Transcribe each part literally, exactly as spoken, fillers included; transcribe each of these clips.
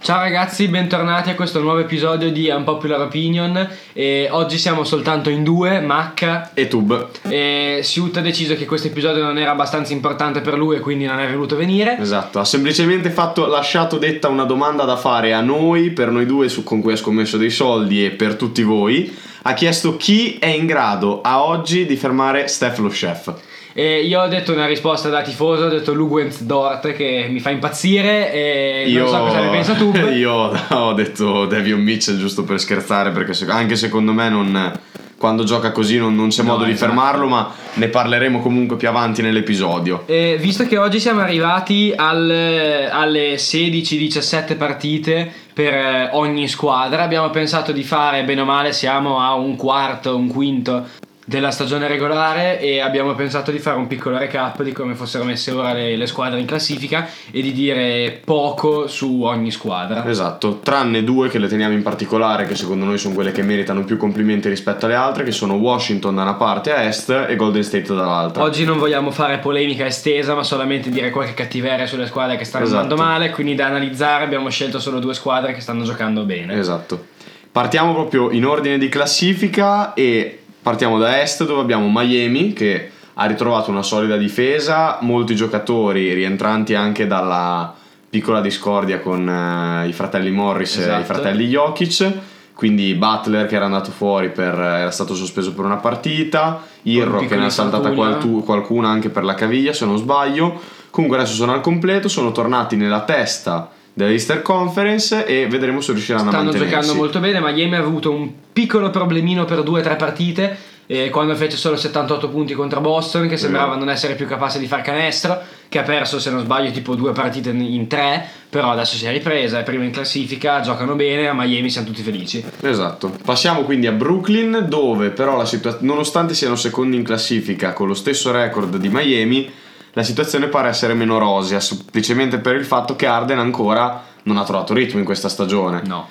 Ciao ragazzi, bentornati a questo nuovo episodio di Unpopular Opinion. E oggi siamo soltanto in due, Macca e Tub. E Siut ha deciso che questo episodio non era abbastanza importante per lui e quindi non è voluto venire. Esatto, ha semplicemente fatto, lasciato detta una domanda da fare a noi, per noi due su, con cui ha scommesso dei soldi e per tutti voi. Ha chiesto chi è in grado a oggi di fermare Steph lo chef. E io ho detto una risposta da tifoso, ho detto Luguentz Dort, che mi fa impazzire e io, non so cosa ne pensa tu. Io ho detto Davion Mitchell giusto per scherzare, perché anche secondo me non, quando gioca così non, non c'è no, modo di esatto. fermarlo, ma ne parleremo comunque più avanti nell'episodio. E visto che oggi siamo arrivati al, alle sedici diciassette partite per ogni squadra, abbiamo pensato di fare, bene o male siamo a un quarto, un quinto della stagione regolare, e abbiamo pensato di fare un piccolo recap di come fossero messe ora le, le squadre in classifica e di dire poco su ogni squadra. Esatto, tranne due che le teniamo in particolare, che secondo noi sono quelle che meritano più complimenti rispetto alle altre, che sono Washington da una parte a est e Golden State dall'altra. Oggi non vogliamo fare polemica estesa, ma solamente dire qualche cattiveria sulle squadre che stanno esatto. andando male, quindi da analizzare abbiamo scelto solo due squadre che stanno giocando bene. Esatto. Partiamo proprio in ordine di classifica e partiamo da est, dove abbiamo Miami che ha ritrovato una solida difesa, molti giocatori rientranti anche dalla piccola discordia con uh, i fratelli Morris esatto. e i fratelli Jokic, quindi Butler che era andato fuori per, era stato sospeso per una partita, Irro che ne ha saltata qualtu- qualcuna anche per la caviglia se non sbaglio. Comunque adesso sono al completo, sono tornati nella testa dell'Eastern Conference e vedremo se riusciranno stanno a mantenersi. Stanno giocando molto bene. Miami ha avuto un piccolo problemino per due o tre partite, eh, quando fece solo settantotto punti contro Boston, che sembrava yeah. non essere più capace di far canestro, che ha perso se non sbaglio tipo due partite in tre, però adesso si è ripresa, è prima in classifica, giocano bene, a Miami siamo tutti felici. Esatto. Passiamo quindi a Brooklyn, dove però la situazione, nonostante siano secondi in classifica con lo stesso record di Miami, la situazione pare essere meno rosea, semplicemente per il fatto che Harden ancora non ha trovato ritmo in questa stagione. No.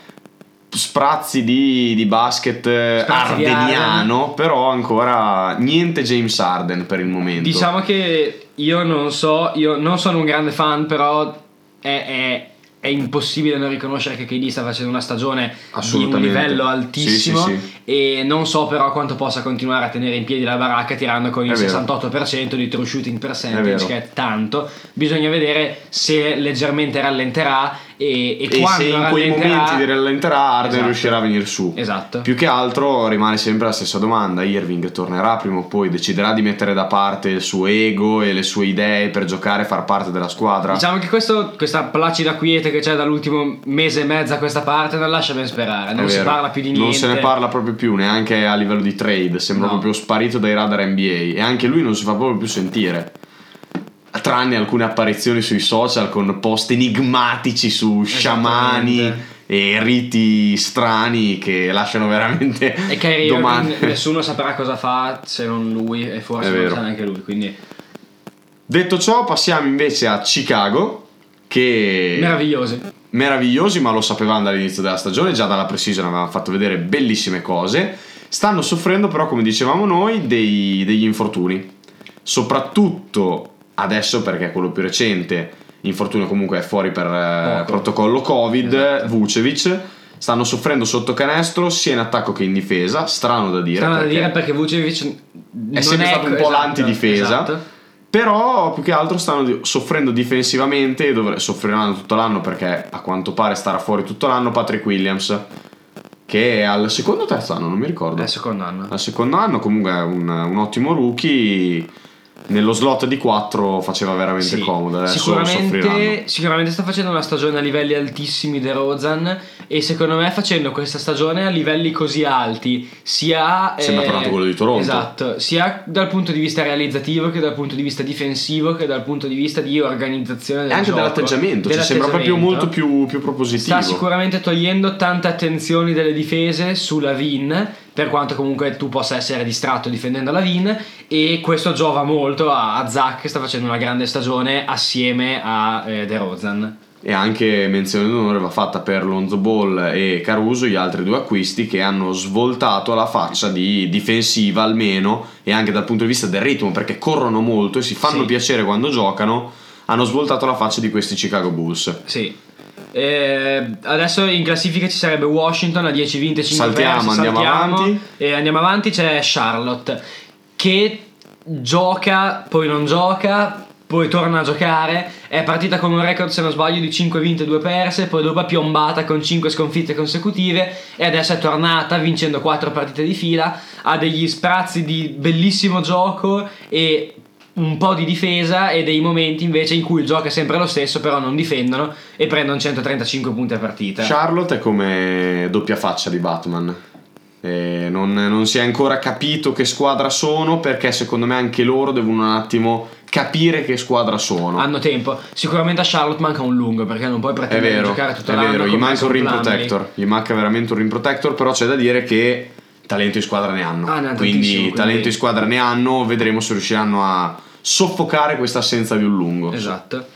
Sprazzi di, di basket Sprazzi hardeniano, di Harden. però ancora niente James Harden per il momento. Diciamo che io non so, io non sono un grande fan, però è, è, è impossibile non riconoscere che K D sta facendo una stagione di un livello altissimo, sì, sì, sì. E non so però quanto possa continuare a tenere in piedi la baracca tirando con il è sessantotto per cento di true shooting percentage, è che è tanto. Bisogna vedere se leggermente rallenterà e, e, e quando se in quei momenti di rallenterà Harden esatto. riuscirà a venire su. Esatto. Più che altro rimane sempre la stessa domanda: Irving tornerà prima o poi, deciderà di mettere da parte il suo ego e le sue idee per giocare e far parte della squadra? Diciamo che questo, questa placida quiete che c'è dall'ultimo mese e mezzo a questa parte non lascia ben sperare, non si parla più di niente, non se ne parla proprio più neanche a livello di trade, sembra no. proprio sparito dai radar N B A, e anche lui non si fa proprio più sentire, tranne alcune apparizioni sui social con post enigmatici su sciamani e riti strani che lasciano veramente e Kyrie domande. Irving, nessuno saprà cosa fa se non lui, e forse non sa neanche lui, quindi. Detto ciò, passiamo invece a Chicago, che meravigliosi meravigliosi ma lo sapevamo dall'inizio della stagione, già dalla pre-season avevamo fatto vedere bellissime cose. Stanno soffrendo però, come dicevamo noi, dei, degli infortuni, soprattutto adesso perché è quello più recente. Infortunio comunque è fuori per eh, protocollo Covid. Esatto. Vucevic stanno soffrendo sotto canestro sia in attacco che in difesa, strano da dire, strano perché da dire perché Vucevic è sempre è stato un po' esatto, l'antidifesa, esatto. Però più che altro stanno soffrendo difensivamente, e dovre- soffriranno tutto l'anno perché a quanto pare starà fuori tutto l'anno Patrick Williams, che è al secondo o terzo anno, non mi ricordo. È al secondo anno. Al secondo anno, comunque è un, un ottimo rookie. Nello slot di quattro faceva veramente sì. comodo. Adesso sicuramente, sicuramente sta facendo una stagione a livelli altissimi DeRozan, e secondo me facendo questa stagione a livelli così alti sia sembra eh, tornato quello di Toronto. Esatto, sia dal punto di vista realizzativo che dal punto di vista difensivo che dal punto di vista di organizzazione del e anche gioco, dell'atteggiamento, cioè sembra proprio molto più, più propositivo. Sta sicuramente togliendo tante attenzioni delle difese sulla Vin, per quanto comunque tu possa essere distratto difendendo la Vin, e questo giova molto a, a Zach, che sta facendo una grande stagione assieme a eh, DeRozan. E anche menzione d'onore va fatta per Lonzo Ball e Caruso, gli altri due acquisti che hanno svoltato la faccia di difensiva almeno, e anche dal punto di vista del ritmo, perché corrono molto e si fanno sì. piacere quando giocano. Hanno svoltato la faccia di questi Chicago Bulls. Sì. Eh, adesso in classifica ci sarebbe Washington a dieci vinte, cinque Saltiamo, perse, andiamo saltiamo, avanti. E andiamo avanti, c'è Charlotte che gioca, poi non gioca, poi torna a giocare. È partita con un record, se non sbaglio, di cinque vinte, due perse, poi dopo è piombata con cinque sconfitte consecutive e adesso è tornata vincendo quattro partite di fila. Ha degli sprazzi di bellissimo gioco e un po' di difesa e dei momenti invece in cui il gioco è sempre lo stesso, però non difendono e prendono centotrentacinque punti a partita. Charlotte è come doppia faccia di Batman. E non, non si è ancora capito che squadra sono, perché secondo me anche loro devono un attimo capire che squadra sono. Hanno tempo. Sicuramente a Charlotte manca un lungo, perché non puoi pretendere di giocare tutto è l'anno. vero, gli come manca un rim Plumlee. protector, gli manca veramente un rim protector, però c'è da dire che talento in squadra ne hanno. Ah, ne hanno quindi tantissimo, talento quindi- in squadra ne hanno, vedremo se riusciranno a soffocare questa assenza di un lungo. Esatto.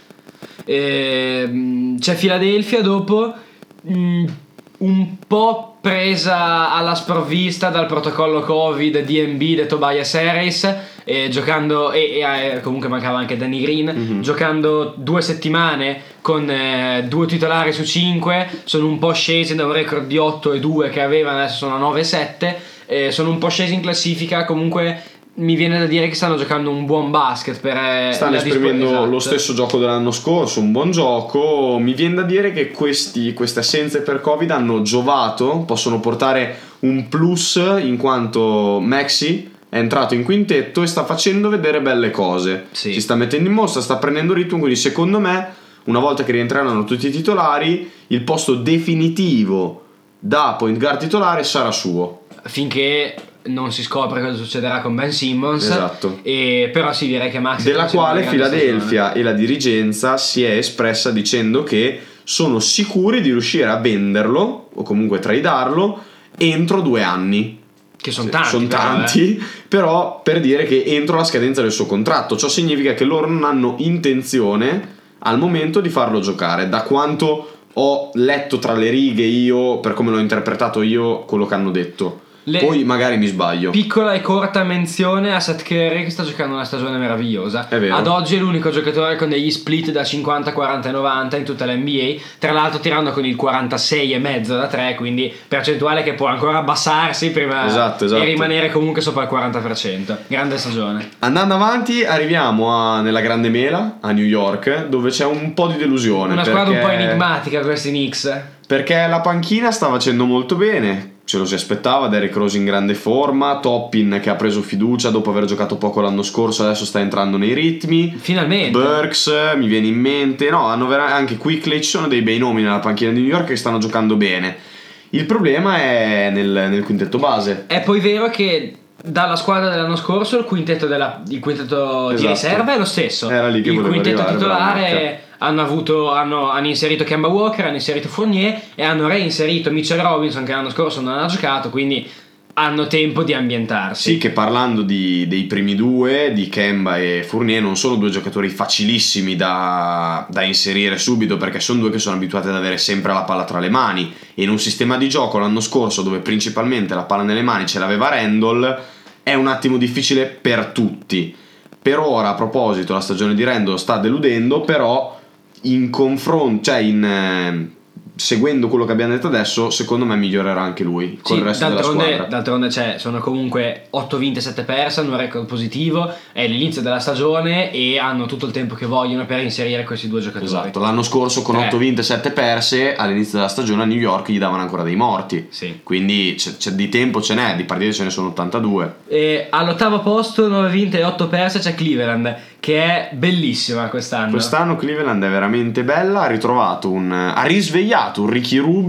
E, c'è Philadelphia dopo, mh, un po' presa alla sprovvista dal protocollo Covid D M B di Tobias Harris, e giocando e, e eh, comunque mancava anche Danny Green, Mhm. giocando due settimane con eh, due titolari su cinque, sono un po' scesi da un record di otto e due che avevano, adesso sono a nove e sette, eh, sono un po' scesi in classifica. Comunque mi viene da dire che stanno giocando un buon basket per eh, Stanno la dispo- esprimendo esatto. lo stesso gioco dell'anno scorso, un buon gioco. Mi viene da dire che questi, queste assenze per Covid hanno giovato, possono portare un plus, in quanto Maxi è entrato in quintetto e sta facendo vedere belle cose. Sì. Si sta mettendo in mostra, sta prendendo ritmo, quindi secondo me, una volta che rientreranno tutti i titolari, il posto definitivo da point guard titolare sarà suo. Finché non si scopre cosa succederà con Ben Simmons. Esatto. E però sì, direi che Max Della sta facendo quale una grande Philadelphia e la dirigenza si è espressa dicendo che sono sicuri di riuscire a venderlo o comunque tradarlo entro due anni. Che sono tanti, Sono però, tanti, però per dire che entro la scadenza del suo contratto. Ciò significa che loro non hanno intenzione al momento di farlo giocare. Da quanto ho letto tra le righe io, per come l'ho interpretato io, quello che hanno detto. Le- Poi magari mi sbaglio. Piccola e corta menzione a Seth Curry, che sta giocando una stagione meravigliosa. È vero. Ad oggi è l'unico giocatore con degli split da cinquanta, quaranta e novanta in tutta l'N B A, tra l'altro tirando con il quarantasei e mezzo da tre, quindi percentuale che può ancora abbassarsi prima Esatto, esatto. e rimanere comunque sopra il quaranta per cento. Grande stagione. Andando avanti arriviamo a, nella grande mela a New York, dove c'è un po' di delusione. Una squadra un po' perché- enigmatica, questi Knicks. Perché la panchina sta facendo molto bene, ce lo si aspettava. Derrick Rose in grande forma, Toppin che ha preso fiducia dopo aver giocato poco l'anno scorso, adesso sta entrando nei ritmi. Finalmente. Burks mi viene in mente, no, hanno vera- anche Quickley, ci sono dei bei nomi nella panchina di New York che stanno giocando bene. Il problema è nel, nel quintetto base. È poi vero che dalla squadra dell'anno scorso il quintetto, della, il quintetto di Esatto. riserva è lo stesso. Era lì che il volevo quintetto arrivare, bravo, titolare hanno, avuto, hanno, hanno inserito Kemba Walker, hanno inserito Fournier e hanno reinserito Mitchell Robinson, che l'anno scorso non ha giocato, quindi hanno tempo di ambientarsi. Sì, che parlando di, dei primi due, di Kemba e Fournier, non sono due giocatori facilissimi da, da inserire subito, perché sono due che sono abituati ad avere sempre la palla tra le mani, e in un sistema di gioco l'anno scorso dove principalmente la palla nelle mani ce l'aveva Randall è un attimo difficile per tutti. Per ora, a proposito, la stagione di Randall sta deludendo, però in confronto, cioè in eh, seguendo quello che abbiamo detto adesso, secondo me migliorerà anche lui con Sì, il resto della d'altronde, squadra. d'altronde c'è, sono comunque otto vinte, sette perse, hanno un record positivo, è l'inizio della stagione e hanno tutto il tempo che vogliono per inserire questi due giocatori. Esatto, l'anno scorso con Eh. otto vinte, sette perse all'inizio della stagione a New York gli davano ancora dei morti. Sì. Quindi c'è, c'è di tempo, ce n'è, di partite ce ne sono ottantadue. E all'ottavo posto, nove vinte e otto perse, c'è Cleveland, che è bellissima quest'anno. Quest'anno Cleveland è veramente bella, ha ritrovato un ha risvegliato un Ricky Rubio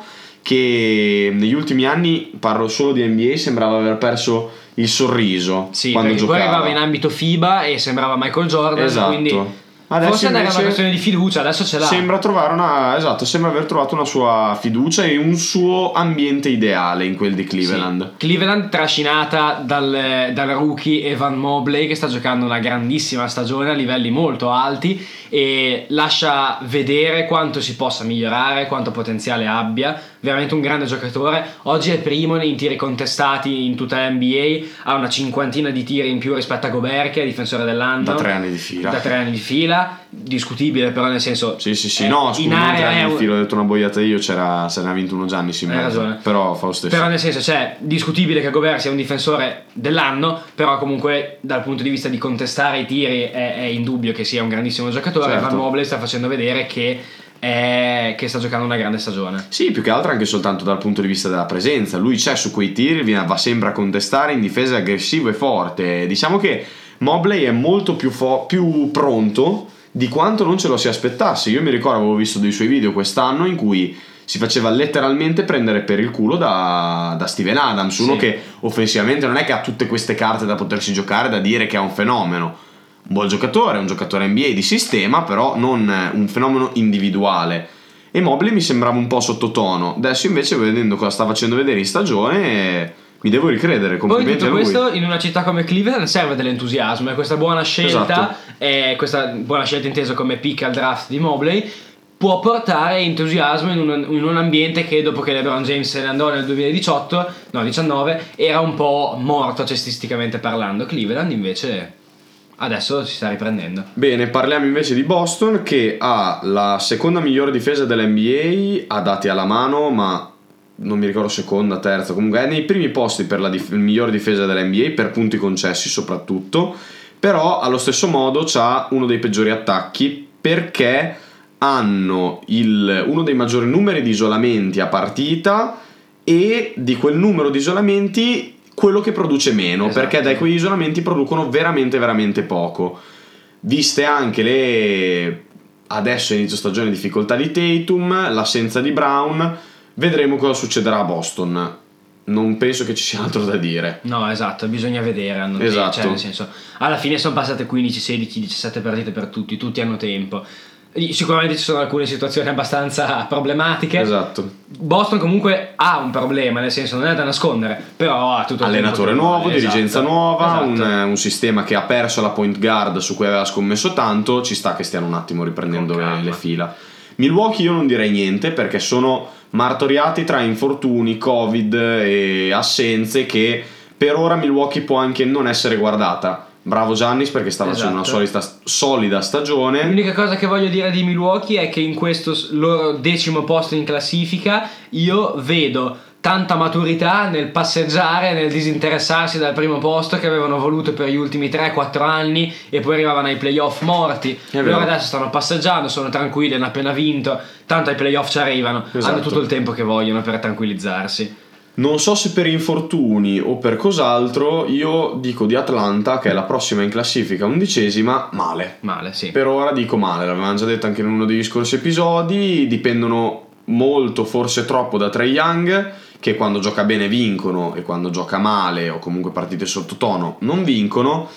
che negli ultimi anni, parlo solo di N B A, sembrava aver perso il sorriso Sì, quando perché giocava. poi arrivava in ambito FIBA e sembrava Michael Jordan, Esatto. quindi Adesso forse era una invece questione di fiducia, adesso ce l'ha. Sembra trovare una esatto, sembra aver trovato una sua fiducia e un suo ambiente ideale in quel di Cleveland. Sì. Cleveland trascinata dal, dal rookie Evan Mobley, che sta giocando una grandissima stagione a livelli molto alti e lascia vedere quanto si possa migliorare, quanto potenziale abbia. veramente un grande giocatore. Oggi è primo in tiri contestati in tutta la N B A, ha una cinquantina di tiri in più rispetto a Gobert, che è difensore dell'anno da tre anni di fila da tre anni di fila, discutibile però, nel senso sì sì sì eh, no scusa, in non tre area anni è di un... fila, ho detto una boiata io, c'era, se ne ha vinto uno Giannis in Hai mezzo, ragione. però fa lo stesso. Però nel senso, cioè, discutibile che Gobert sia un difensore dell'anno, però comunque dal punto di vista di contestare i tiri è, è indubbio che sia un grandissimo giocatore. Certo. Van Mobley sta facendo vedere che è, che sta giocando una grande stagione. Sì, più che altro anche soltanto dal punto di vista della presenza. Lui c'è su quei tiri, viene, va sempre a contestare, in difesa è aggressivo e forte. Diciamo che Mobley è molto più, fo- più pronto di quanto non ce lo si aspettasse. Io mi ricordo, avevo visto dei suoi video quest'anno in cui si faceva letteralmente prendere per il culo da, da Steven Adams, uno sì. che offensivamente non è che ha tutte queste carte da potersi giocare, da dire che è un fenomeno. Un buon giocatore, un giocatore N B A di sistema, però non un fenomeno individuale. E Mobley mi sembrava un po' sottotono. Adesso invece, vedendo cosa sta facendo vedere in stagione, mi devo ricredere. Complimenti Poi tutto a lui. questo in una città come Cleveland serve dell'entusiasmo, e questa buona scelta, Esatto. eh, questa buona scelta intesa come pick al draft di Mobley, può portare entusiasmo in un, in un ambiente che dopo che LeBron James se ne andò nel duemiladiciotto, no diciannove, era un po' morto cestisticamente parlando. Cleveland invece adesso si sta riprendendo. Bene, parliamo invece di Boston, che ha la seconda migliore difesa dell'N B A a dati alla mano, ma non mi ricordo seconda, terza, comunque è nei primi posti per la dif- migliore difesa dell'N B A per punti concessi soprattutto, però allo stesso modo c'ha uno dei peggiori attacchi, perché hanno il, uno dei maggiori numeri di isolamenti a partita, e di quel numero di isolamenti quello che produce meno, esatto. Perché da quegli isolamenti producono veramente veramente poco, viste anche le adesso inizio stagione difficoltà di Tatum, l'assenza di Brown. Vedremo cosa succederà a Boston. Non penso che ci sia altro da dire. No, esatto, bisogna vedere, hanno Esatto. tempo, cioè nel senso, alla fine sono passate quindici, sedici, diciassette partite per tutti, tutti hanno tempo. Sicuramente ci sono alcune situazioni abbastanza problematiche. Esatto. Boston comunque ha un problema, nel senso non è da nascondere, però ha tutto il allenatore tempo nuovo, esatto. dirigenza nuova, esatto. un, un sistema che ha perso la point guard su cui aveva scommesso tanto. Ci sta che stiano un attimo riprendendo le, le fila. Milwaukee io non direi niente, perché sono martoriati tra infortuni, covid e assenze, che per ora Milwaukee può anche non essere guardata. Bravo Giannis, perché sta facendo esatto. una solida, solida stagione. L'unica cosa che voglio dire di Milwaukee è che in questo loro decimo posto in classifica io vedo tanta maturità nel passeggiare, nel disinteressarsi dal primo posto che avevano voluto per gli ultimi tre quattro anni, e poi arrivavano ai playoff morti. Loro adesso stanno passeggiando, sono tranquilli, hanno appena vinto, tanto ai playoff ci arrivano, esatto. Hanno tutto il tempo che vogliono per tranquillizzarsi. Non so se per infortuni o per cos'altro, io dico di Atlanta, che è la prossima in classifica, undicesima, male. Male, sì. Per ora dico male, l'avevamo già detto anche in uno degli scorsi episodi, dipendono molto, forse troppo, da Trae Young, che quando gioca bene vincono e quando gioca male o comunque partite sottotono non vincono,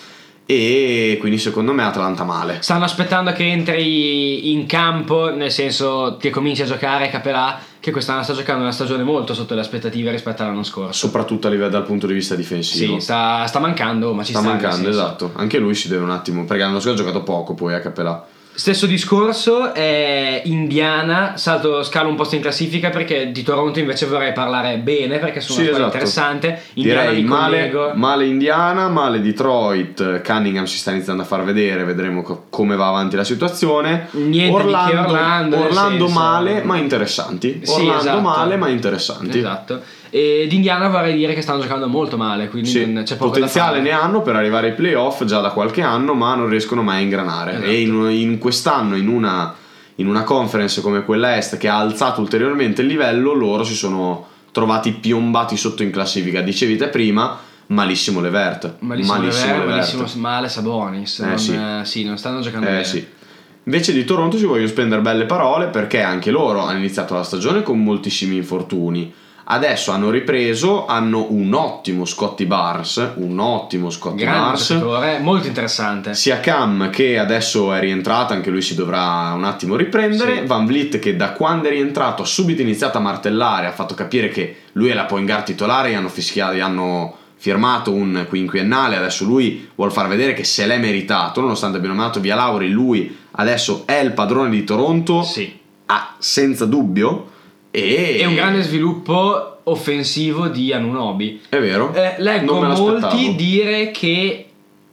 e quindi secondo me Atlanta male. Stanno aspettando che entri in campo, nel senso che cominci a giocare Capelà, che quest'anno sta giocando una stagione molto sotto le aspettative rispetto all'anno scorso, soprattutto a livello dal punto di vista difensivo. Sì, sta, sta mancando, ma ci sta sta mancando, esatto. Anche lui si deve un attimo, perché l'anno scorso ha giocato poco poi a Capelà. Stesso discorso è Indiana, salto scalo un posto in classifica, perché di Toronto invece vorrei parlare bene, perché sono sì, una squadra esatto. interessante. Indiana Direi mi male, collego. male Indiana, male Detroit, Cunningham si sta iniziando a far vedere, vedremo co- come va avanti la situazione. Niente Orlando, di che Orlando, nel Orlando senso... male ma interessanti. Sì, Orlando esatto. male ma interessanti. Esatto. E di Indiana vorrei dire che stanno giocando molto male, quindi Sì, non c'è poco potenziale da fare. ne hanno per arrivare ai playoff già da qualche anno, ma non riescono mai a ingranare. Esatto. E in, in quest'anno in una, in una conference come quella est, che ha alzato ulteriormente il livello, loro si sono trovati piombati sotto in classifica. Dicevi te prima, malissimo Levert. Malissimo, malissimo Levert, Levert. malissimo male Sabonis. Eh, non, sì. eh, sì, non stanno giocando Eh bene. sì. Invece di Toronto si vogliono spendere belle parole, perché anche loro hanno iniziato la stagione con moltissimi infortuni. Adesso hanno ripreso, hanno un ottimo Scottie Barnes, un ottimo Scottie Grande Barnes, giocatore, molto interessante. sia Cam, che adesso è rientrato, anche lui si dovrà un attimo riprendere. Sì. Van Vliet, che da quando è rientrato ha subito iniziato a martellare, ha fatto capire che lui è la point guard titolare, gli hanno fischiato, gli hanno firmato un quinquennale, adesso lui vuol far vedere che se l'è meritato, nonostante abbiano mandato via Lauri, lui adesso è il padrone di Toronto, Sì. ah, senza dubbio. e... e un grande sviluppo offensivo di Anunoby. È vero. Eh, leggo Non me l'aspettavo. molti dire che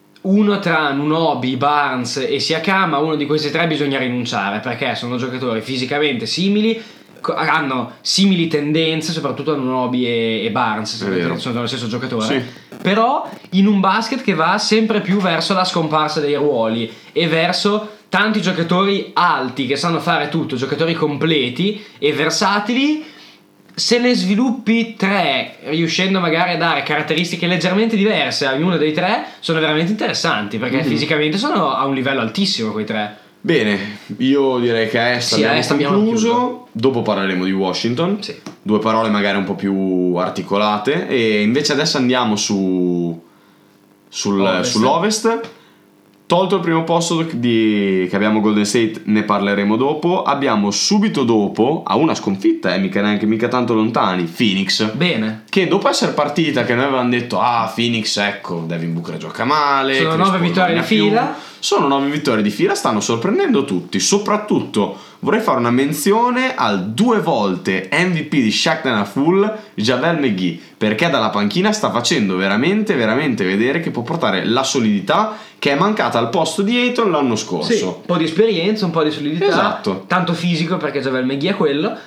uno tra Anunoby, Barnes e Siakam, uno di questi tre bisogna rinunciare, perché sono giocatori fisicamente simili, co- hanno simili tendenze, soprattutto Anunoby e, e Barnes, È vero. sono lo stesso giocatore, Sì. però in un basket che va sempre più verso la scomparsa dei ruoli e verso tanti giocatori alti che sanno fare tutto, giocatori completi e versatili. Se ne sviluppi tre, riuscendo magari a dare caratteristiche leggermente diverse a ognuno dei tre, sono veramente interessanti, perché Mm-hmm. fisicamente sono a un livello altissimo quei tre. Bene, io direi che a Est Sì, abbiamo a Est abbiamo concluso. chiuso. Dopo parleremo di Washington. Sì. Due parole magari un po' più articolate. E invece adesso andiamo su sul, Ovest. sull'Ovest. Tolto il primo posto di, che abbiamo Golden State, ne parleremo dopo. Abbiamo subito dopo, a una sconfitta, eh, mica neanche mica tanto lontani, Phoenix. Bene. Che dopo essere partita, che noi avevamo detto, ah, Phoenix, ecco, Devin Booker gioca male. Sono Chris nove Paul vittorie non ne di ha più. fila. Sono nove vittorie di fila, stanno sorprendendo tutti. Soprattutto vorrei fare una menzione al due volte M V P di Shaq Full, Javel McGee, perché dalla panchina sta facendo veramente, veramente vedere che può portare la solidità che è mancata al posto di Ayton l'anno scorso. Sì, un po' di esperienza, un po' di solidità. Esatto. Tanto fisico, perché Javel McGee è quello.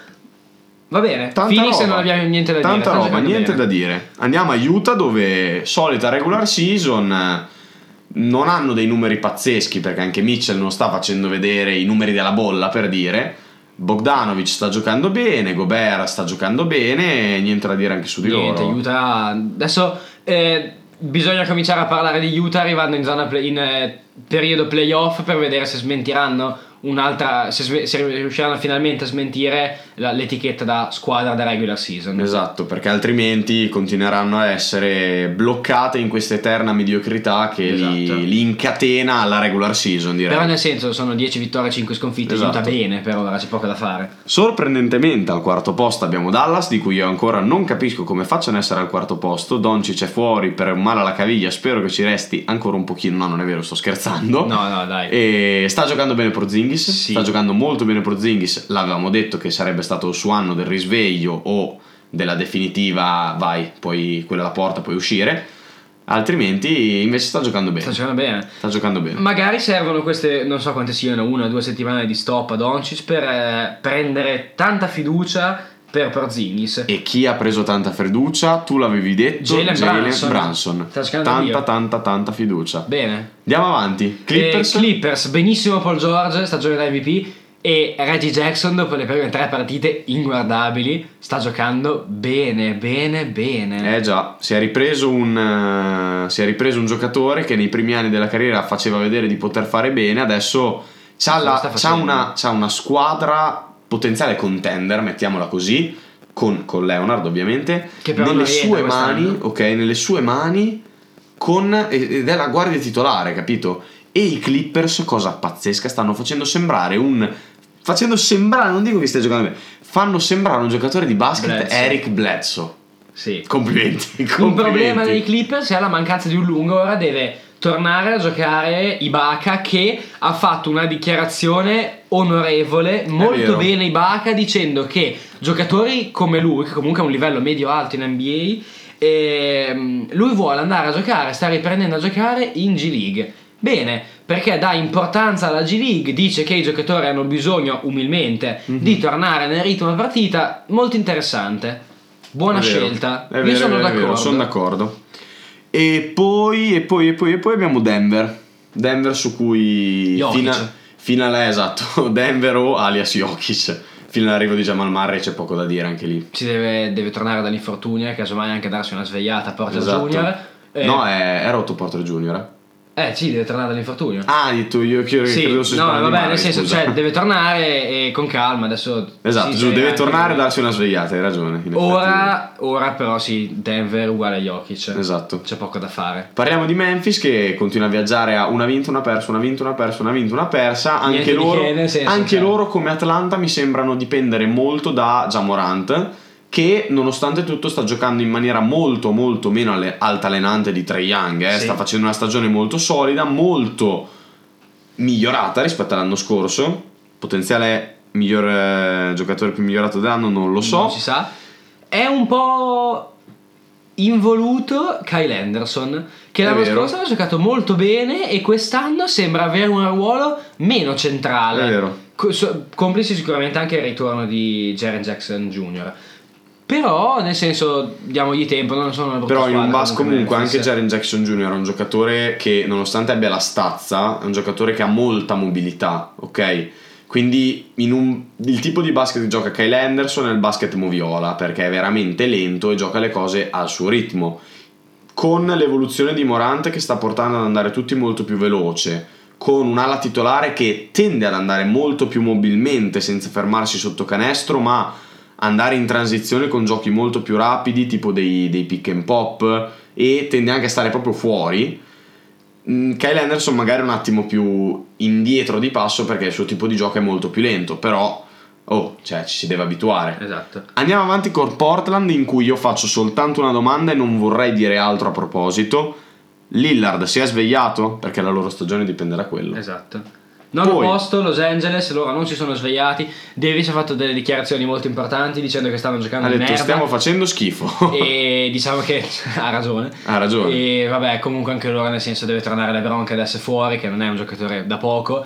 Va bene. Tanta Phoenix roba. non abbiamo niente da Tanta dire. sta roba, giocando niente bene. da dire. Andiamo a Utah, dove solita regular season, eh, non hanno dei numeri pazzeschi, perché anche Mitchell non sta facendo vedere i numeri della bolla, per dire. Bogdanovic sta giocando bene, Gobert sta giocando bene, e niente da dire anche su di Niente, loro. Utah. Adesso eh, bisogna cominciare a parlare di Utah arrivando in zona play, in eh, periodo playoff, per vedere se smentiranno un'altra, se, sve- se riusciranno finalmente a smentire la- l'etichetta da squadra da regular season. Esatto, perché altrimenti continueranno a essere bloccate in questa eterna mediocrità che li, Esatto. li incatena alla regular season, direi. Però nel senso sono dieci vittorie, cinque sconfitte, Esatto. Utah bene, per ora c'è poco da fare. Sorprendentemente al quarto posto abbiamo Dallas, di cui io ancora non capisco come facciano a essere al quarto posto. Doncic è fuori per un male alla caviglia, spero che ci resti ancora un pochino. No, non è vero, sto scherzando. No, no, dai. E sta giocando bene Porzingis, Sì. sta giocando molto bene Porzingis. L'avevamo detto che sarebbe stato il suo anno del risveglio o della definitiva vai, poi quella alla porta, puoi uscire. Altrimenti invece sta giocando bene. Sta giocando bene. Sta giocando bene. Magari servono queste, non so quante siano, una o due settimane di stop a Doncic per eh, prendere tanta fiducia per Porzingis. E chi ha preso tanta fiducia? Tu l'avevi detto, Jalen Brunson. Brunson. Sta giocando Tanta, Dio. tanta, tanta fiducia. Bene. Andiamo avanti. Clippers. Eh, Clippers, benissimo Paul George, stagione da M V P. E Reggie Jackson, dopo le prime tre partite inguardabili, sta giocando bene, bene, bene. Eh già, si è ripreso un eh, si è ripreso un giocatore che nei primi anni della carriera faceva vedere di poter fare bene. Adesso c'ha, Lo la- sta c'ha facendo. una, c'ha una squadra potenziale contender, mettiamola così, con, con Leonard ovviamente, Che però nelle non rientra sue quest'anno. mani, ok, nelle sue mani con, ed è la guardia titolare, capito? E i Clippers, cosa pazzesca, stanno facendo sembrare un facendo sembrare, non dico che stia giocando bene, fanno sembrare un giocatore di basket Bledsoe. Eric Bledsoe. Sì. Complimenti, complimenti. Un problema dei Clippers è la mancanza di un lungo. Ora deve tornare a giocare Ibaka, che ha fatto una dichiarazione onorevole, molto vero. bene Ibaka, dicendo che giocatori come lui, che comunque ha un livello medio-alto in N B A, ehm, lui vuole andare a giocare, sta riprendendo a giocare in G League. Bene, perché dà importanza alla G League, dice che i giocatori hanno bisogno umilmente Mhm. di tornare nel ritmo della partita. Molto interessante. Buona È vero, scelta. è vero, Io sono è vero, è vero, d'accordo. sono d'accordo. E poi, e poi, e poi, e poi abbiamo Denver. Denver su cui Jokic. fino, a- fino a esatto, Denver o alias Jokic. Fino all'arrivo di Jamal Murray c'è poco da dire anche lì. Si deve, deve tornare dall'infortunio e casomai anche darsi una svegliata a Porter Esatto. Junior. Eh, No, è, è rotto Porter Junior. Eh, eh sì, deve tornare dall'infortunio. Ah, hai detto io che Sì, credo si no, parli di vabbè, Murray, nel senso, scusa. cioè, deve tornare e con calma. Adesso Esatto, sì, giù, cioè, deve anche- tornare e darsi una svegliata, hai ragione. in effetti. Ora, ora però sì, Denver uguale a Jokic. Esatto. C'è poco da fare. Parliamo di Memphis che continua a viaggiare a una vinta, una persa, una vinta, una persa, una vinta, una persa. Anche, Niente di loro, che, nel senso, anche cioè. loro come Atlanta mi sembrano dipendere molto da Ja Morant, che nonostante tutto sta giocando in maniera molto molto meno alle- altalenante di Trae Young, eh. Sì. Sta facendo una stagione molto solida, molto migliorata rispetto all'anno scorso, potenziale miglior eh, giocatore più migliorato dell'anno non lo so. Non si sa. È un po' involuto Kyle Anderson, che l'anno scorso aveva giocato molto bene e quest'anno sembra avere un ruolo meno centrale. È vero. Complici sicuramente anche il ritorno di Jaren Jackson Junior Però nel senso diamogli tempo, non sono una brutta Però in un squadra, bus comunque Memphis. anche Jaren Jackson Junior è un giocatore che nonostante abbia la stazza è un giocatore che ha molta mobilità, ok? Quindi in un, il tipo di basket che gioca Kyle Anderson è il basket moviola, perché è veramente lento e gioca le cose al suo ritmo, con l'evoluzione di Morant che sta portando ad andare tutti molto più veloce, con un'ala titolare che tende ad andare molto più mobilmente senza fermarsi sotto canestro, ma andare in transizione con giochi molto più rapidi, tipo dei, dei pick and pop, e tende anche a stare proprio fuori. Kyle Anderson magari è un attimo più indietro di passo perché il suo tipo di gioco è molto più lento, però oh, cioè ci si deve abituare. Esatto. Andiamo avanti con Portland, in cui io faccio soltanto una domanda e non vorrei dire altro a proposito. Lillard si è svegliato? Perché la loro stagione dipende da quello. Esatto. Nono Poi, posto, Los Angeles, loro non si sono svegliati. Davis ha fatto delle dichiarazioni molto importanti dicendo che stanno giocando ha di detto merda. stiamo facendo schifo. E diciamo che ha ragione. Ha ragione. E vabbè, comunque anche loro, nel senso, deve tornare LeBron che adesso è fuori, che non è un giocatore da poco.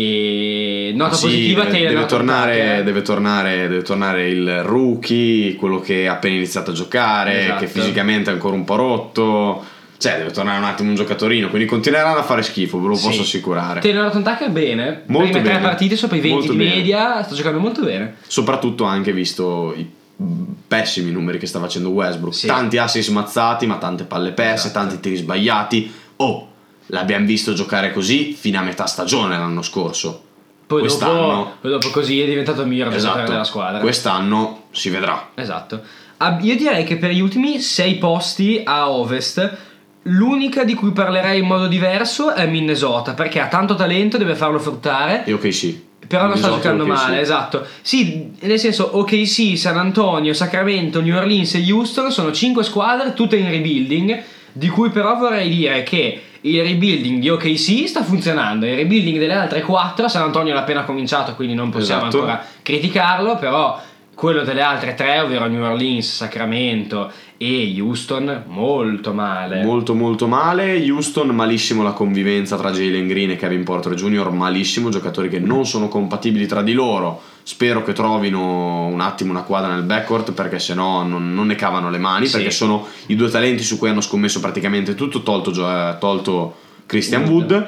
E nota sì, positiva deve, Taylor deve tornare, perché... deve tornare deve tornare il rookie, quello che ha appena iniziato a giocare, Esatto. che fisicamente è ancora un po' rotto. Cioè deve tornare un attimo un giocatorino, quindi continueranno a fare schifo, ve lo Sì. posso assicurare. Taylor Tucker bene, Molto prime bene. tre partite sopra i venti Molto di bene. media, sta giocando molto bene. Soprattutto anche visto i pessimi numeri che sta facendo Westbrook. Sì. Tanti assi smazzati, ma tante palle perse, Esatto. tanti tiri sbagliati. Oh, l'abbiamo visto giocare così fino a metà stagione l'anno scorso. Poi Quest'anno, dopo, poi dopo così è diventato il miglior giocatore esatto, della squadra. Quest'anno si vedrà. Esatto. Ah, io direi che per gli ultimi sei posti a Ovest l'unica di cui parlerei in modo diverso è Minnesota, perché ha tanto talento, deve farlo fruttare. E ok sì. Però non sta Minnesota giocando e O K C. male, esatto. Sì, nel senso O K C, San Antonio, Sacramento, New Orleans e Houston sono cinque squadre tutte in rebuilding, di cui però vorrei dire che il rebuilding di O K C sta funzionando, il rebuilding delle altre quattro, San Antonio l'ha appena cominciato quindi non possiamo Esatto. ancora criticarlo, però quello delle altre tre, ovvero New Orleans, Sacramento e Houston, molto male. Molto molto male. Houston malissimo la convivenza tra Jalen Green e Kevin Porter Junior, malissimo, giocatori che non sono compatibili tra di loro. Spero che trovino un attimo una quadra nel backcourt, perché sennò non, non ne cavano le mani, Sì. perché sono i due talenti su cui hanno scommesso praticamente tutto, tolto, Gio- tolto Christian Wood. Wood.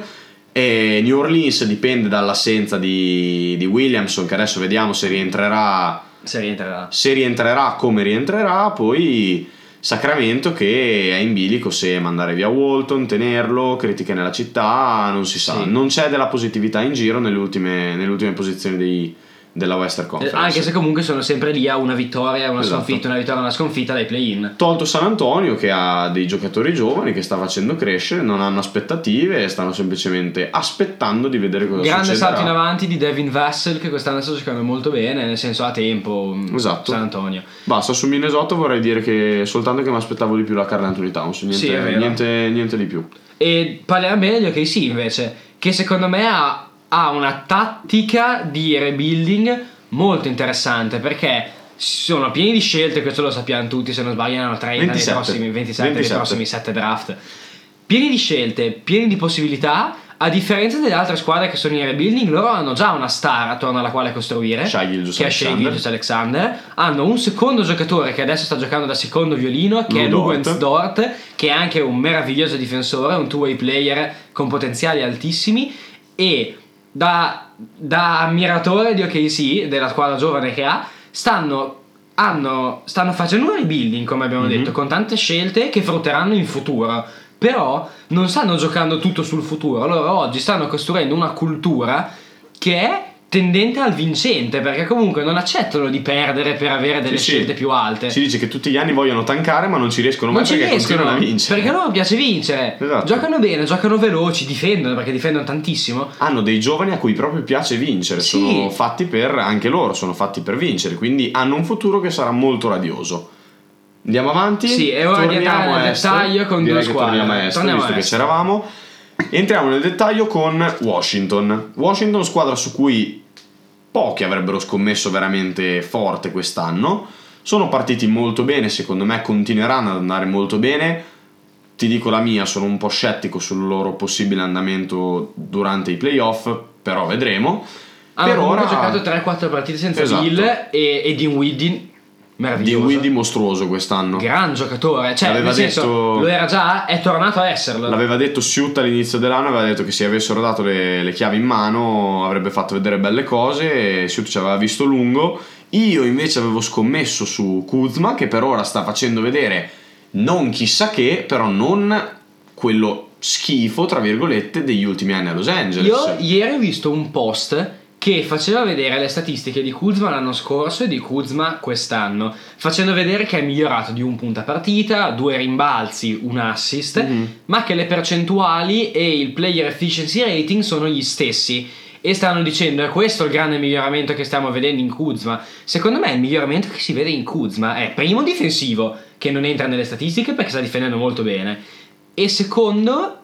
E New Orleans dipende dall'assenza di, di Williamson, che adesso vediamo se rientrerà Se rientrerà. se rientrerà, come rientrerà. Poi Sacramento che è in bilico se mandare via Walton, tenerlo, critiche nella città, non si sa. Sì. Non c'è della positività in giro nelle ultime, nelle ultime posizioni dei, della Western Conference. Anche se comunque sono sempre lì a una vittoria, una Esatto. sconfitta, una vittoria, una sconfitta dai play-in. Tolto San Antonio che ha dei giocatori giovani che sta facendo crescere, non hanno aspettative e stanno semplicemente aspettando di vedere cosa Grande succederà. salto in avanti di Devin Vassell che quest'anno sta giocando molto bene, nel senso ha tempo. Esatto. San Antonio. Basta, su Minnesota vorrei dire che soltanto che mi aspettavo di più la Karl Anthony Towns, niente, Sì, è vero. niente, niente di più. E parliamo bene di O K C invece, che secondo me ha, ha una tattica di rebuilding molto interessante, perché sono pieni di scelte, questo lo sappiamo tutti, se non sbaglio erano trenta ventisette. nei prossimi ventisette, ventisette. nei prossimi sette draft. Pieni di scelte, pieni di possibilità. A differenza delle altre squadre che sono in rebuilding, loro hanno già una star attorno alla quale costruire, Shai Gilgeous che è Shai Alexander. Gilgeous Alexander. Hanno un secondo giocatore che adesso sta giocando da secondo violino, che Lou è Luguentz Dort. Dort, che è anche un meraviglioso difensore, un two-way player con potenziali altissimi. E da, da ammiratore di O K C, della squadra giovane che ha, stanno hanno, stanno facendo un rebuilding, come abbiamo Mm-hmm. detto, con tante scelte che frutteranno in futuro. Però non stanno giocando tutto sul futuro, loro oggi stanno costruendo una cultura che è tendente al vincente, perché comunque non accettano di perdere per avere delle Sì, sì. scelte più alte. Si dice che tutti gli anni vogliono tankare ma non ci riescono Non mai ci perché riescono, continuano a vincere. perché a loro piace vincere. Esatto. Giocano bene, giocano veloci, difendono perché difendono tantissimo. Hanno dei giovani a cui proprio piace vincere, Sì. sono fatti per, anche loro sono fatti per vincere, quindi hanno un futuro che sarà molto radioso. Andiamo avanti. Sì, è ora di Torniamo entrare nel a est. dettaglio con Direi due che squadre. Torniamo a est, Torniamo visto a che est. c'eravamo. Entriamo nel dettaglio con Washington. Washington, squadra su cui pochi avrebbero scommesso veramente forte quest'anno. Sono partiti molto bene, secondo me continueranno ad andare molto bene. Ti dico la mia, sono un po' scettico sul loro possibile andamento durante i playoff, però vedremo. Hanno per ora ha giocato tre quattro partite senza esatto. Bill e, e Dinwiddie meraviglioso. Dinwiddie mostruoso quest'anno, gran giocatore, cioè l'aveva nel senso, detto, lo era già, è tornato a esserlo. L'aveva detto Suit all'inizio dell'anno, aveva detto che se avessero dato le, le chiavi in mano avrebbe fatto vedere belle cose, e Suit ci aveva visto lungo. Io invece avevo scommesso su Kuzma, che per ora sta facendo vedere non chissà che, però non quello schifo tra virgolette degli ultimi anni a Los Angeles. Io ieri ho visto un post che faceva vedere le statistiche di Kuzma l'anno scorso e di Kuzma quest'anno, facendo vedere che è migliorato di un punto a partita, due rimbalzi, un assist, mm-hmm. ma che le percentuali e il player efficiency rating sono gli stessi. E stanno dicendo è questo il grande miglioramento che stiamo vedendo in Kuzma. Secondo me il miglioramento che si vede in Kuzma è primo difensivo, che non entra nelle statistiche perché sta difendendo molto bene, e secondo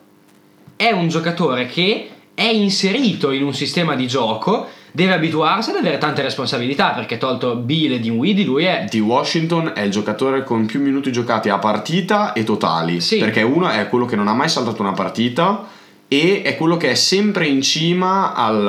è un giocatore che è inserito in un sistema di gioco, deve abituarsi ad avere tante responsabilità, perché tolto Bill e Dinwiddie lui è di Washington è il giocatore con più minuti giocati a partita e totali, sì. perché uno è quello che non ha mai saltato una partita e è quello che è sempre in cima al,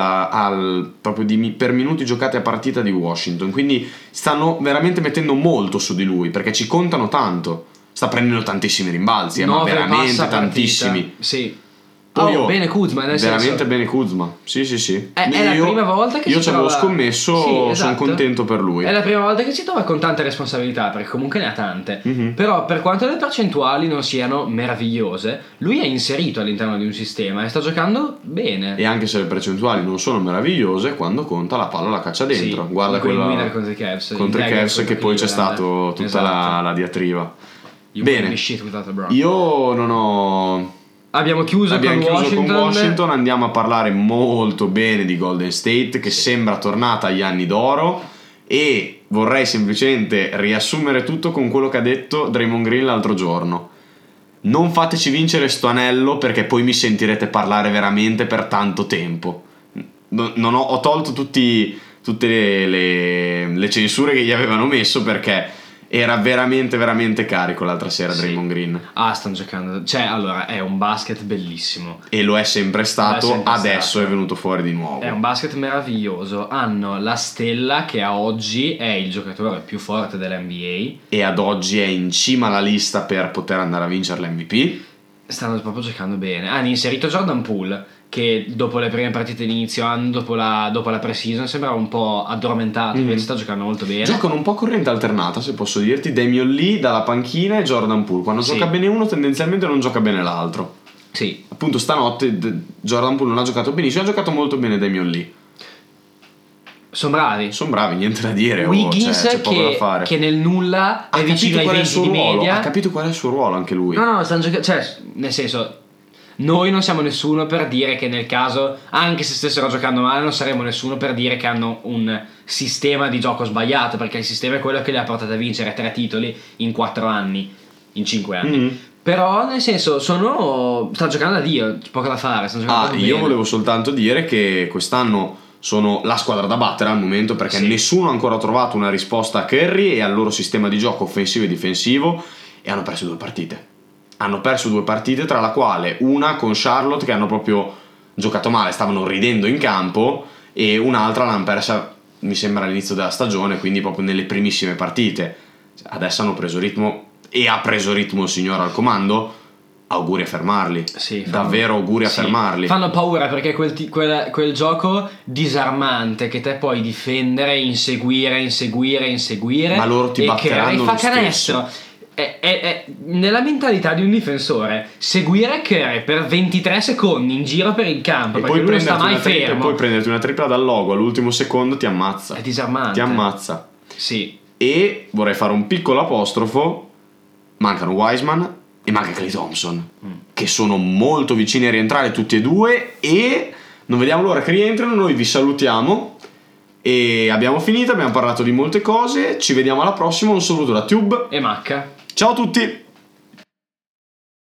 al proprio di, per minuti giocati a partita di Washington, quindi stanno veramente mettendo molto su di lui perché ci contano tanto, sta prendendo tantissimi rimbalzi, eh, ma veramente tantissimi. Sì. Poi oh, bene Kuzma, nel veramente senso, bene Kuzma, sì sì sì. È, è la io, prima volta che io si ci avevo trova... scommesso, sì, esatto. Sono contento per lui. È la prima volta che si trova con tante responsabilità, perché comunque ne ha tante. Mm-hmm. Però per quanto le percentuali non siano meravigliose, lui è inserito all'interno di un sistema e sta giocando bene. E anche se le percentuali non sono meravigliose, quando conta la palla la caccia dentro. Sì, guarda quella contro i Cavs, contro i Cavs, che poi c'è stato tutta esatto. la, la diatriba. You bene, io non ho Abbiamo chiuso, Abbiamo con, chiuso Washington. con Washington. Andiamo a parlare molto bene di Golden State, che sì. sembra tornata agli anni d'oro, e vorrei semplicemente riassumere tutto con quello che ha detto Draymond Green l'altro giorno: non fateci vincere sto anello, perché poi mi sentirete parlare veramente per tanto tempo. Non ho, ho tolto tutti, tutte le, le, le censure che gli avevano messo, perché era veramente veramente carico l'altra sera. sì. Draymond Green, ah stanno giocando, cioè allora è un basket bellissimo, e lo è sempre stato, è sempre adesso stato. È venuto fuori di nuovo, è un basket meraviglioso. Hanno la stella che a oggi è il giocatore più forte dell'N B A e ad oggi è in cima alla lista per poter andare a vincere l'M V P. Stanno proprio giocando bene. Hanno inserito Jordan Poole, che dopo le prime partite di inizio anno, dopo la, dopo la pre-season, sembrava un po' addormentato, mm. invece sta giocando molto bene. Giocano un po' corrente alternata, se posso dirti. Damian Lee dalla panchina e Jordan Poole. Quando sì. gioca bene uno, tendenzialmente non gioca bene l'altro. Sì. Appunto stanotte Jordan Poole non ha giocato benissimo, ha giocato molto bene Damian Lee. Sono bravi. Sono bravi, niente da dire. Wiggins, oh, cioè, c'è poco che, da fare. che nel nulla ha è vicino ai venti di media. Ha capito qual è il suo ruolo anche lui. No, no, stanno giocando, cioè, nel senso, noi non siamo nessuno per dire che nel caso, anche se stessero giocando male, non saremo nessuno per dire che hanno un sistema di gioco sbagliato, perché il sistema è quello che li ha portati a vincere tre titoli in quattro anni, in cinque anni. Mm. Però nel senso sono sta giocando da Dio, c'è poco da fare, stanno giocando ah, io bene. Volevo soltanto dire che quest'anno sono la squadra da battere al momento, perché sì. nessuno ha ancora trovato una risposta a Curry e al loro sistema di gioco offensivo e difensivo, e hanno perso due partite. Hanno perso due partite, tra la quale una con Charlotte, che hanno proprio giocato male, stavano ridendo in campo, e un'altra l'hanno persa, mi sembra, all'inizio della stagione, quindi proprio nelle primissime partite. Adesso hanno preso ritmo, e ha preso ritmo il signore al comando. Auguri a fermarli, sì, fanno, davvero auguri a sì. fermarli. Fanno paura, perché quel, quel, quel gioco disarmante che te puoi difendere, inseguire, inseguire, inseguire, ma loro ti e batteranno fa lo canestro. È, è, è nella mentalità di un difensore seguire Curry per ventitré secondi in giro per il campo, e perché poi lui non sta mai tripla, fermo, e poi prenderti una tripla dal logo all'ultimo secondo ti ammazza. È disarmante. Ti ammazza. Sì. E vorrei fare un piccolo apostrofo: mancano Wiseman e manca Klay Thompson, mm. che sono molto vicini a rientrare tutti e due, e non vediamo l'ora che rientrano. Noi vi salutiamo e abbiamo finito, abbiamo parlato di molte cose, ci vediamo alla prossima. Un saluto da Tube e Macca. Ciao a tutti.